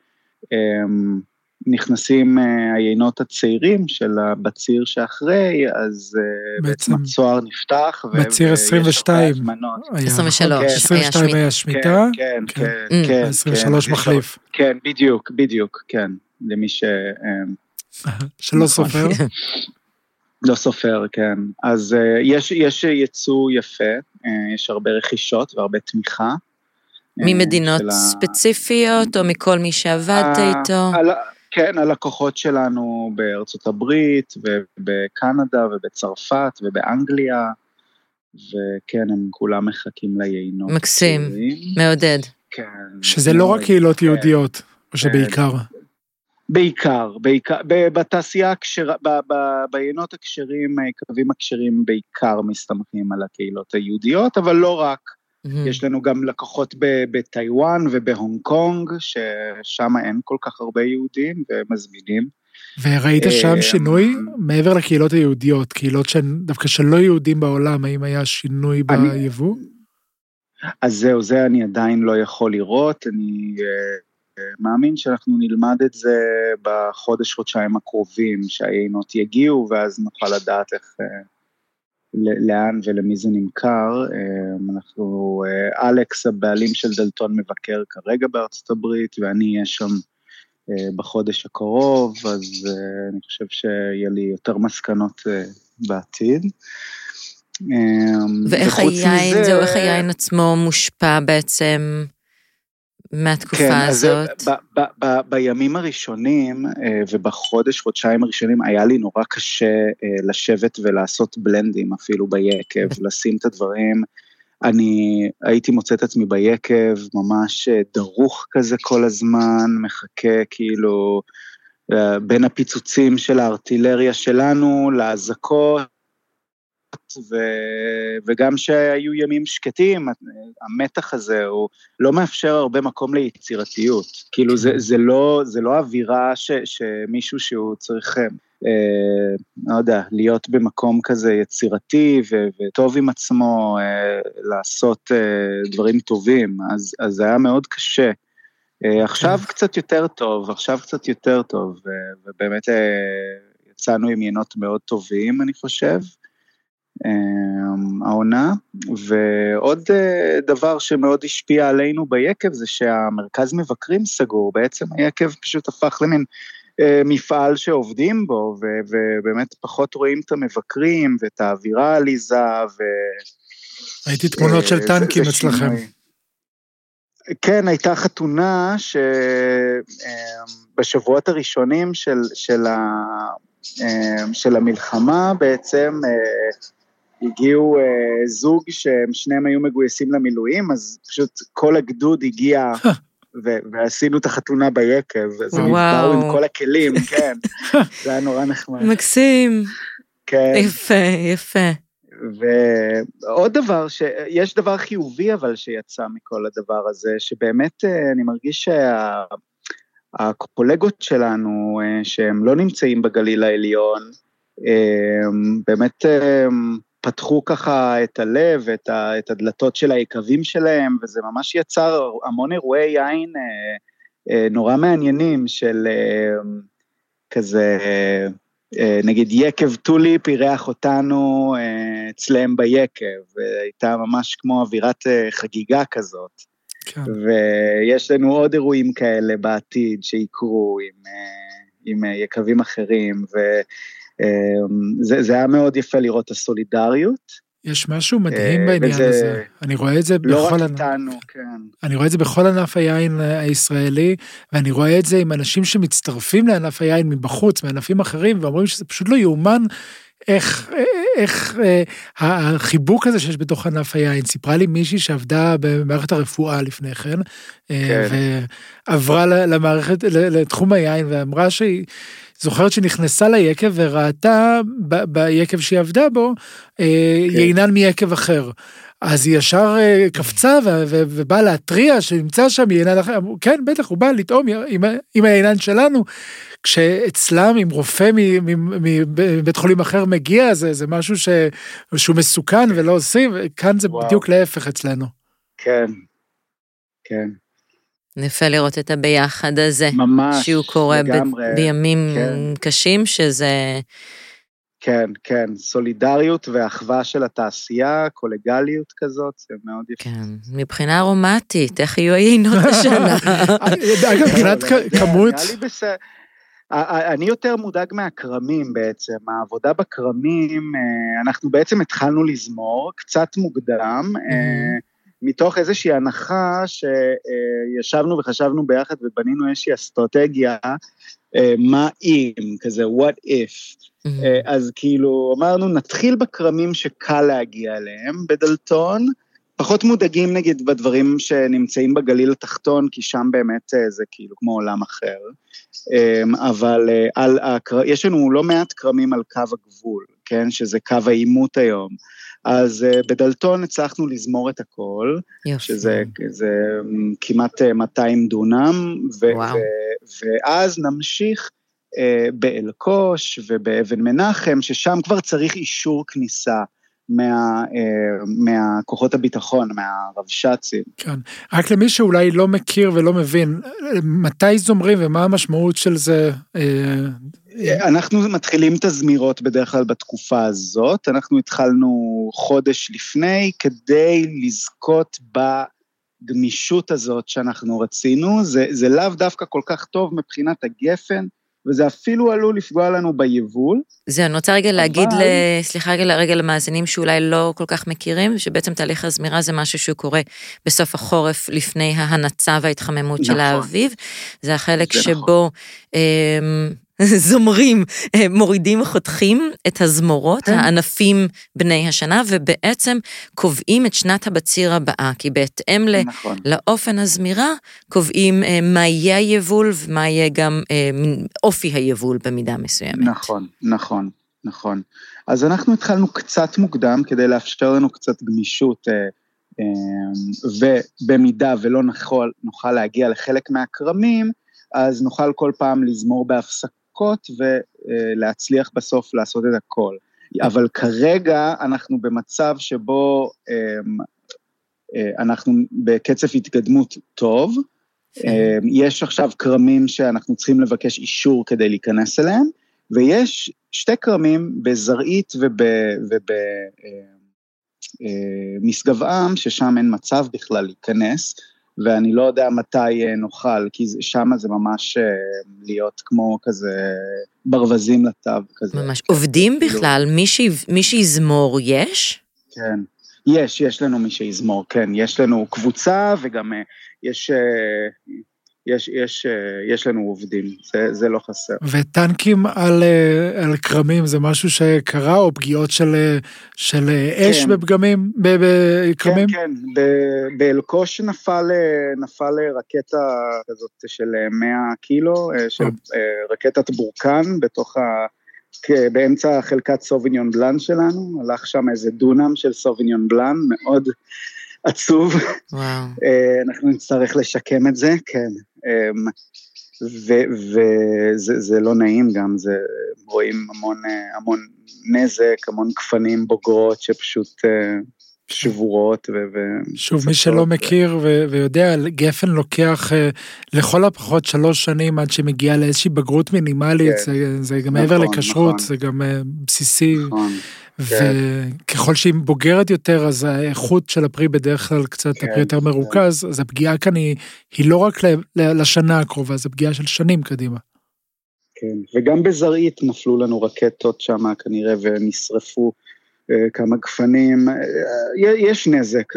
נכנסים היינות הצעירים של הבציר שאחרי, אז בעצם הצוהר נפתח. בציר 22. 23. 22 היה שמיטה. כן, כן, כן. 23 מחליף. כן, בדיוק, כן. למי שלא סופר. לא סופר, כן. אז יש ייצוא יפה, יש הרבה רכישות והרבה תמיכה. ממדינות ספציפיות, או מכל מי שעבדת איתו? כן, הלקוחות שלנו בארצות הברית, ובקנדה, ובצרפת, ובאנגליה, וכן, הם כולם מחכים ליינות. מקסים, מעודד. כן. שזה לא רק קהילות יהודיות, או שבעיקר? בעיקר, בתעשייה הכשרה, ביינות הכשרים, קווים הכשרים בעיקר מסתמכים על הקהילות היהודיות, אבל לא רק. יש לנו גם לקוחות בטיואן ובהונג קונג, ששם אין כל כך הרבה יהודים ומזמינים. וראית שם שינוי מעבר לקהילות היהודיות, קהילות דווקא שלא יהודים בעולם, האם היה שינוי ביבוא? אז זהו, זה אני עדיין לא יכול לראות, אני מאמין שאנחנו נלמד את זה בחודש-חודשיים הקרובים, שהיינות יגיעו, ואז נוכל לדעת איך, לאן ולמי זה נמכר. אנחנו, אלכס, הבעלים של דלטון, מבקר כרגע בארצות הברית, ואני אהיה שם בחודש הקרוב, אז אני חושב שיהיה לי יותר מסקנות בעתיד. ואיך היין, זהו, איך היין עצמו מושפע בעצם מהתקופה הזאת? בימים הראשונים ובחודש, חודשיים הראשונים, היה לי נורא קשה לשבת ולעשות בלנדים אפילו ביקב, לשים את הדברים. אני הייתי מוצא את עצמי ביקב, ממש דרוך כזה כל הזמן, מחכה כאילו בין הפיצוצים של הארטילריה שלנו, להזקות, וגם שהיו ימים שקטים, המתח הזה הוא לא מאפשר הרבה מקום ליצירתיות, כאילו זה לא אווירה שמישהו שהוא צריך, לא יודע, להיות במקום כזה יצירתי וטוב עם עצמו, לעשות דברים טובים, אז זה היה מאוד קשה. עכשיו קצת יותר טוב, ובאמת יצאנו עם יינות מאוד טובים, אני חושב, העונה, ועוד דבר שמאוד השפיע עלינו ביקב, זה שהמרכז מבקרים סגור, בעצם היקב פשוט הפך למין מפעל שעובדים בו, ובאמת פחות רואים את המבקרים, ואת האווירה העליזה, הייתי תמונות של טנקים אצלכם. כן, הייתה חתונה שבשבועות הראשונים של המלחמה בעצם הגיעו זוג שהם שניהם היו מגויסים למילואים, אז פשוט כל הגדוד הגיע ועשינו את החתונה ביקב, אז הם באו עם כל הכלים, כן, זה היה נורא נחמד. מקסים, כן. יפה. ועוד דבר, יש דבר חיובי אבל שיצא מכל הדבר הזה, שבאמת אני מרגיש הקולגות שלנו, שהם לא נמצאים בגליל העליון, באמת פתחו ככה את הלב, את הדלתות של היקבים שלהם, וזה ממש יצר המון אירועי יין נורא מעניינים של כזה, נגיד יקב טוליפ אירח אותנו אצלם ביקב, והייתה ממש כמו אווירת חגיגה כזאת. כן. ויש לנו עוד אירועים כאלה בעתיד שיקרו עם יקבים אחרים, וזה היה מאוד יפה לראות את הסולידריות. יש משהו מדהים בעניין הזה. אני רואה את זה בכל ענף. כן. אני רואה את זה בכל ענף היין הישראלי, ואני רואה את זה עם אנשים שמצטרפים לענף היין מבחוץ, מענפים אחרים, ואומרים שזה פשוט לא יאומן איך החיבוק הזה שיש בתוך ענף היין. סיפרה לי מישהי שעבדה במערכת הרפואה לפני כן, ועברה למערכת, לתחום היין, ואמרה שהיא זוכרת שנכנסה ליקב וראתה ביקב שהיא עבדה בו, יינן מיקב אחר. אז היא ישר קפצה ובאה להטריע שנמצא שם יינן אחר. כן, בטח, הוא בא לטעום עם היינן שלנו. כשאצלם, עם רופא מבית חולים אחר מגיע, זה משהו שהוא מסוכן ולא עושים, כאן זה בדיוק להפך אצלנו. כן, כן. נפלא לראות את הביחד הזה. ממש, שהוא קורה בימים קשים, שזה... כן, כן, סולידריות ואחווה של התעשייה, קולגליות כזאת, זה מאוד יפה. כן, מבחינה ארומטית, איך יהיו היינות השנה? אגב, מבחינת כמות... אני יותר מודאג מהקרמים בעצם, העבודה בקרמים, אנחנו בעצם התחלנו לזמור, קצת מוקדם, מתוך איזושהי הנחה שישבנו וחשבנו ביחד ובנינו איזושהי אסטרטגיה, מה אם, כזה what if, אז כאילו אמרנו נתחיל בקרמים שקל להגיע אליהם בדלתון, פחות מודאגים נגיד בדברים שנמצאים בגליל התחתון, כי שם באמת זה כאילו כמו עולם אחר, אבל יש לנו לא מעט קרמים על קו הגבול, כן, שזה קו האימות היום, אז בדלתון הצלחנו לזמור את הכל, שזה כמעט 200 דונם, ואז נמשיך באלקוש ובאבן מנחם, ששם כבר צריך אישור כניסה מהכוחות הביטחון, מהרבש"צים. כן, רק למי שאולי לא מכיר ולא מבין, מתי זומרים ומה המשמעות של זה? אנחנו מתחילים את הזמירות בדרך כלל בתקופה הזאת, אנחנו התחלנו חודש לפני, כדי לזכות בגמישות הזאת שאנחנו רצינו, זה לאו דווקא כל כך טוב מבחינת הגפן, וזה אפילו עלול לפגוע לנו ביבול. זה, אני רוצה רגע להגיד, סליחה רגע למאזינים שאולי לא כל כך מכירים, שבעצם תהליך הזמירה זה משהו שהוא קורה בסוף החורף, לפני ההנצה וההתחממות של האביב, זה החלק שבו זומרים, מורידים וחותכים את הזמורות, הענפים בני השנה, ובעצם קובעים את שנת הבציר הבאה, כי בהתאם לאופן הזמירה, קובעים מה יהיה היבול, ומה יהיה גם אופי היבול במידה מסוימת. נכון. אז אנחנו התחלנו קצת מוקדם, כדי לאפשר לנו קצת גמישות, ובמידה ולא נוכל להגיע לחלק מהקרמים, אז נוכל כל פעם לזמור בהפסקות, ולהצליח בסוף לעשות את הכל. אבל כרגע אנחנו במצב שבו אנחנו בקצב התקדמות טוב, יש עכשיו קרמים שאנחנו צריכים לבקש אישור כדי להיכנס אליהם, ויש שתי קרמים בזרעית ובמשגבעם, ששם אין מצב בכלל להיכנס, ואני לא יודע מתי נוכל, כי שם זה ממש להיות כמו כזה ברווזים לטב כזה. ממש, עובדים בכלל, מי שיזמור יש? כן, יש לנו מי שיזמור, כן, יש לנו קבוצה וגם יש לנו עובדים, זה לא חסר. וטנקים על קרמים זה משהו שקרה, או פגיעות של אש בבגמים, בקרמים? כן, באלקוש נפל רקטה כזאת של 100 קילו, של רקטת בורקן, באמצע חלקת סוביניון בלאן שלנו, הלך שם איזה דונם של סוביניון בלאן, מאוד עצוב. וואו. אנחנו נצטרך לשקם את זה, כן. וזה לא נעים גם, רואים המון נזק, המון כפנים בוגרות שפשוט שבורות. שוב, מי שלא מכיר ויודע, גפן לוקח לכל הפחות 3 שנים עד שמגיע לאיזושהי בגרות מינימלית, זה גם מעבר לקשרות, זה גם בסיסי. וככל שהיא בוגרת יותר, אז האיכות של הפרי בדרך כלל קצת הפרי יותר מרוכז, אז הפגיעה כאן היא לא רק לשנה הקרובה, זה פגיעה של שנים קדימה. כן, וגם בזרעית נפלו לנו רקטות שם כנראה ונשרפו כמה גפנים, יש נזק,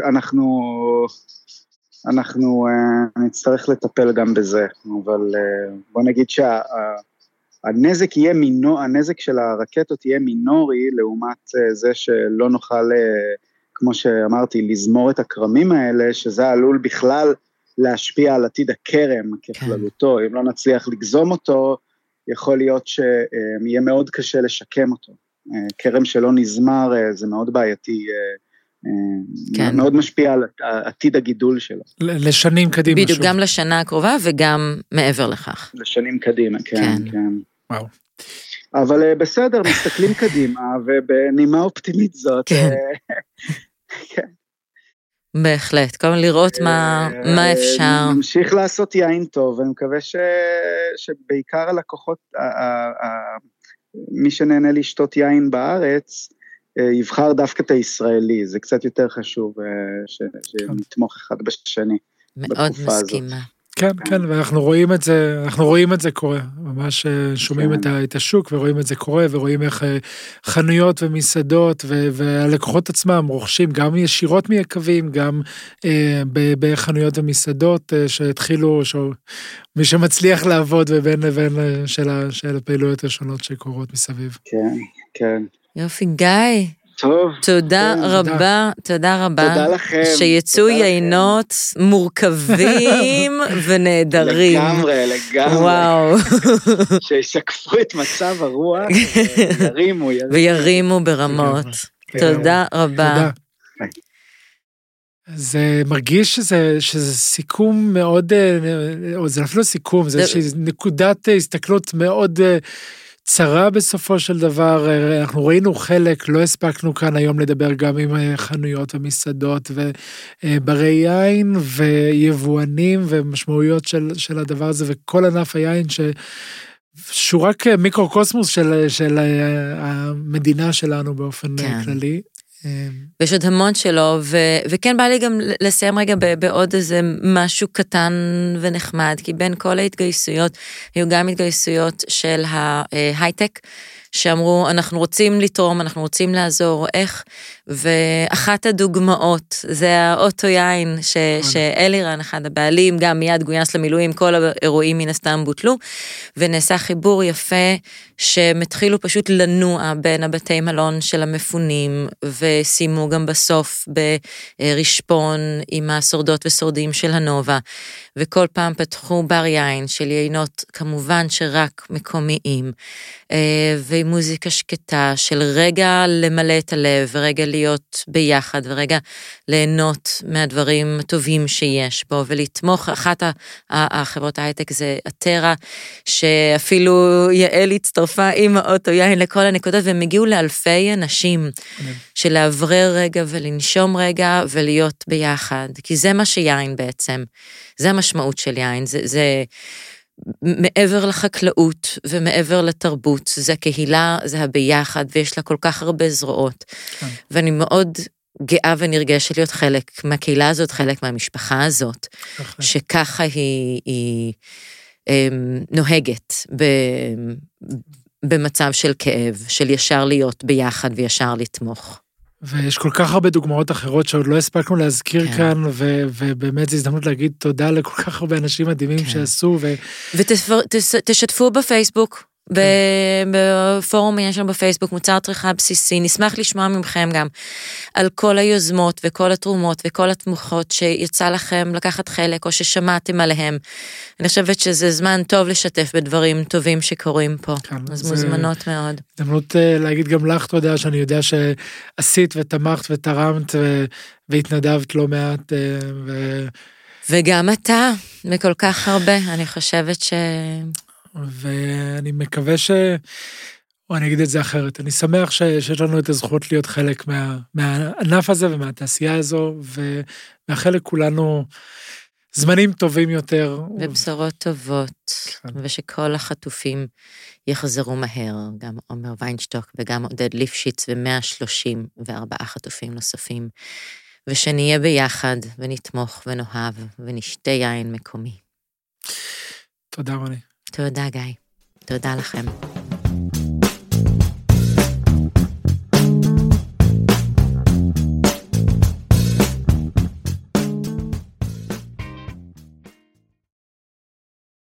אנחנו נצטרך לטפל גם בזה, אבל בוא נגיד הנזק יהיה הנזק של הרקטות יהיה מינורי, לעומת זה שלא נוכל, כמו שאמרתי, לזמור את הקרמים האלה, שזה עלול בכלל להשפיע על עתיד הקרם ככללותו, אם לא נצליח לגזום אותו, יכול להיות שיהיה מאוד קשה לשקם אותו. קרם שלא נזמר, זה מאוד בעייתי, מאוד משפיע על עתיד הגידול שלו. לשנים קדימה. בדיוק, גם לשנה הקרובה וגם מעבר לכך. לשנים קדימה, כן. וואו. אבל בסדר, מסתכלים קדימה, ובנימה אופטימית זאת. כן. בהחלט, כל לראות מה אפשר. נמשיך לעשות יין טוב, ואני מקווה שבעיקר הלקוחות, מי שנהנה לשתות יין בארץ, יבחר דווקא את הישראלי, זה קצת יותר חשוב, שנתמוך אחד בשני. מאוד מסכימה. כן, כן, ואנחנו רואים את זה קורה, ממש שומעים את השוק ורואים את זה קורה, ורואים איך חנויות ומסעדות והלקוחות עצמם רוכשים גם ישירות מיקבים, גם בחנויות ומסעדות שהתחילו, מי שמצליח לעבוד ובין לבין של הפעילויות השונות שקורות מסביב. כן, כן. יופי, גיא. טוב. תודה רבה, תודה רבה. תודה לכם. שיצאו יינות מורכבים ונהדרים. לגמרי. וואו. שישקפו את מצב הרוח, וירימו ברמות. תודה רבה. זה מרגיש שזה סיכום מאוד, או זה אפילו סיכום, זה נקודת הסתכלות מאוד צרה בסופו של דבר. אנחנו ראינו חלק, לא הספקנו כאן היום לדבר גם עם חנויות ומסעדות וברי יין ויבואנים ומשמעויות של הדבר הזה, וכל ענף היין שהוא רק מיקרוקוסמוס של המדינה שלנו באופן כללי. ויש עוד המון שלו, וכן בא לי גם לסיים רגע בעוד איזה משהו קטן ונחמד, כי בין כל ההתגייסויות, היו גם התגייסויות של ההייטק, שאמרו, אנחנו רוצים לתרום, אנחנו רוצים לעזור, איך, ואחת הדוגמאות, זה האוטו יין, שאלירן, אחד הבעלים, גם מיד גויס למילואים, כל האירועים מן הסתם בוטלו, ונעשה חיבור יפה, שהם התחילו פשוט לנוע בין הבתי מלון של המפונים, ושימו גם בסוף ברשפון, עם השורדות ושורדים של הנובה, וכל פעם פתחו בר יין של יינות, כמובן שרק מקומיים, ועם מוזיקה שקטה של רגע למלא את הלב, ורגע להיות ביחד, ורגע ליהנות מהדברים הטובים שיש בו, ולתמוך. אחת החברות ההייטק זה הטרה, שאפילו יעל הצטרפה עם האוטו יין לכל הנקודות, והם הגיעו לאלפי אנשים, של לעברר רגע ולנשום רגע, ולהיות ביחד, כי זה מה שיין בעצם, זה המשמעות של יין, זה מעבר לחקלאות ומעבר לתרבות, זה קהילה, זה הביחד, ויש לה כל כך הרבה זרועות, ואני מאוד גאה ונרגשת להיות חלק מהקהילה הזאת, חלק מהמשפחה הזאת, שככה היא נוהגת במצב של כאב, של ישר להיות ביחד וישר לתמוך. ויש כל כך הרבה דוגמאות אחרות שעוד לא הספקנו להזכיר כאן, ובאמת זו הזדמנות להגיד תודה לכל כך הרבה אנשים מדהימים שעשו. ותשתפו בפייסבוק, בפורום יש לנו בפייסבוק, מוצר צריכה בסיסי, נשמח לשמוע ממכם גם על כל היוזמות וכל התרומות וכל התמוכות שיצא לכם לקחת חלק או ששמעתם עליהם. אני חושבת שזה זמן טוב לשתף בדברים טובים שקורים פה, אז מוזמנות מאוד. הזדמנות להגיד גם לך תודה, שאני יודע שעשית ותמכת ותרמת והתנדבת לא מעט. וגם אתה, בכל כך הרבה, אני חושבת ואני מקווה או אני אגיד את זה אחרת, אני שמח שיש לנו את הזכות להיות חלק מהענף הזה ומהתעשייה הזו, ומאחל לכולנו זמנים טובים יותר. ובשורות טובות, ושכל החטופים יחזרו מהר, גם עומר ויינשטוק וגם עודד ליפשיץ, ו134 חטופים נוספים, ושנהיה ביחד ונתמוך ונאהב ונשתה יין מקומי. תודה רוני. תודה גיא, תודה לכם.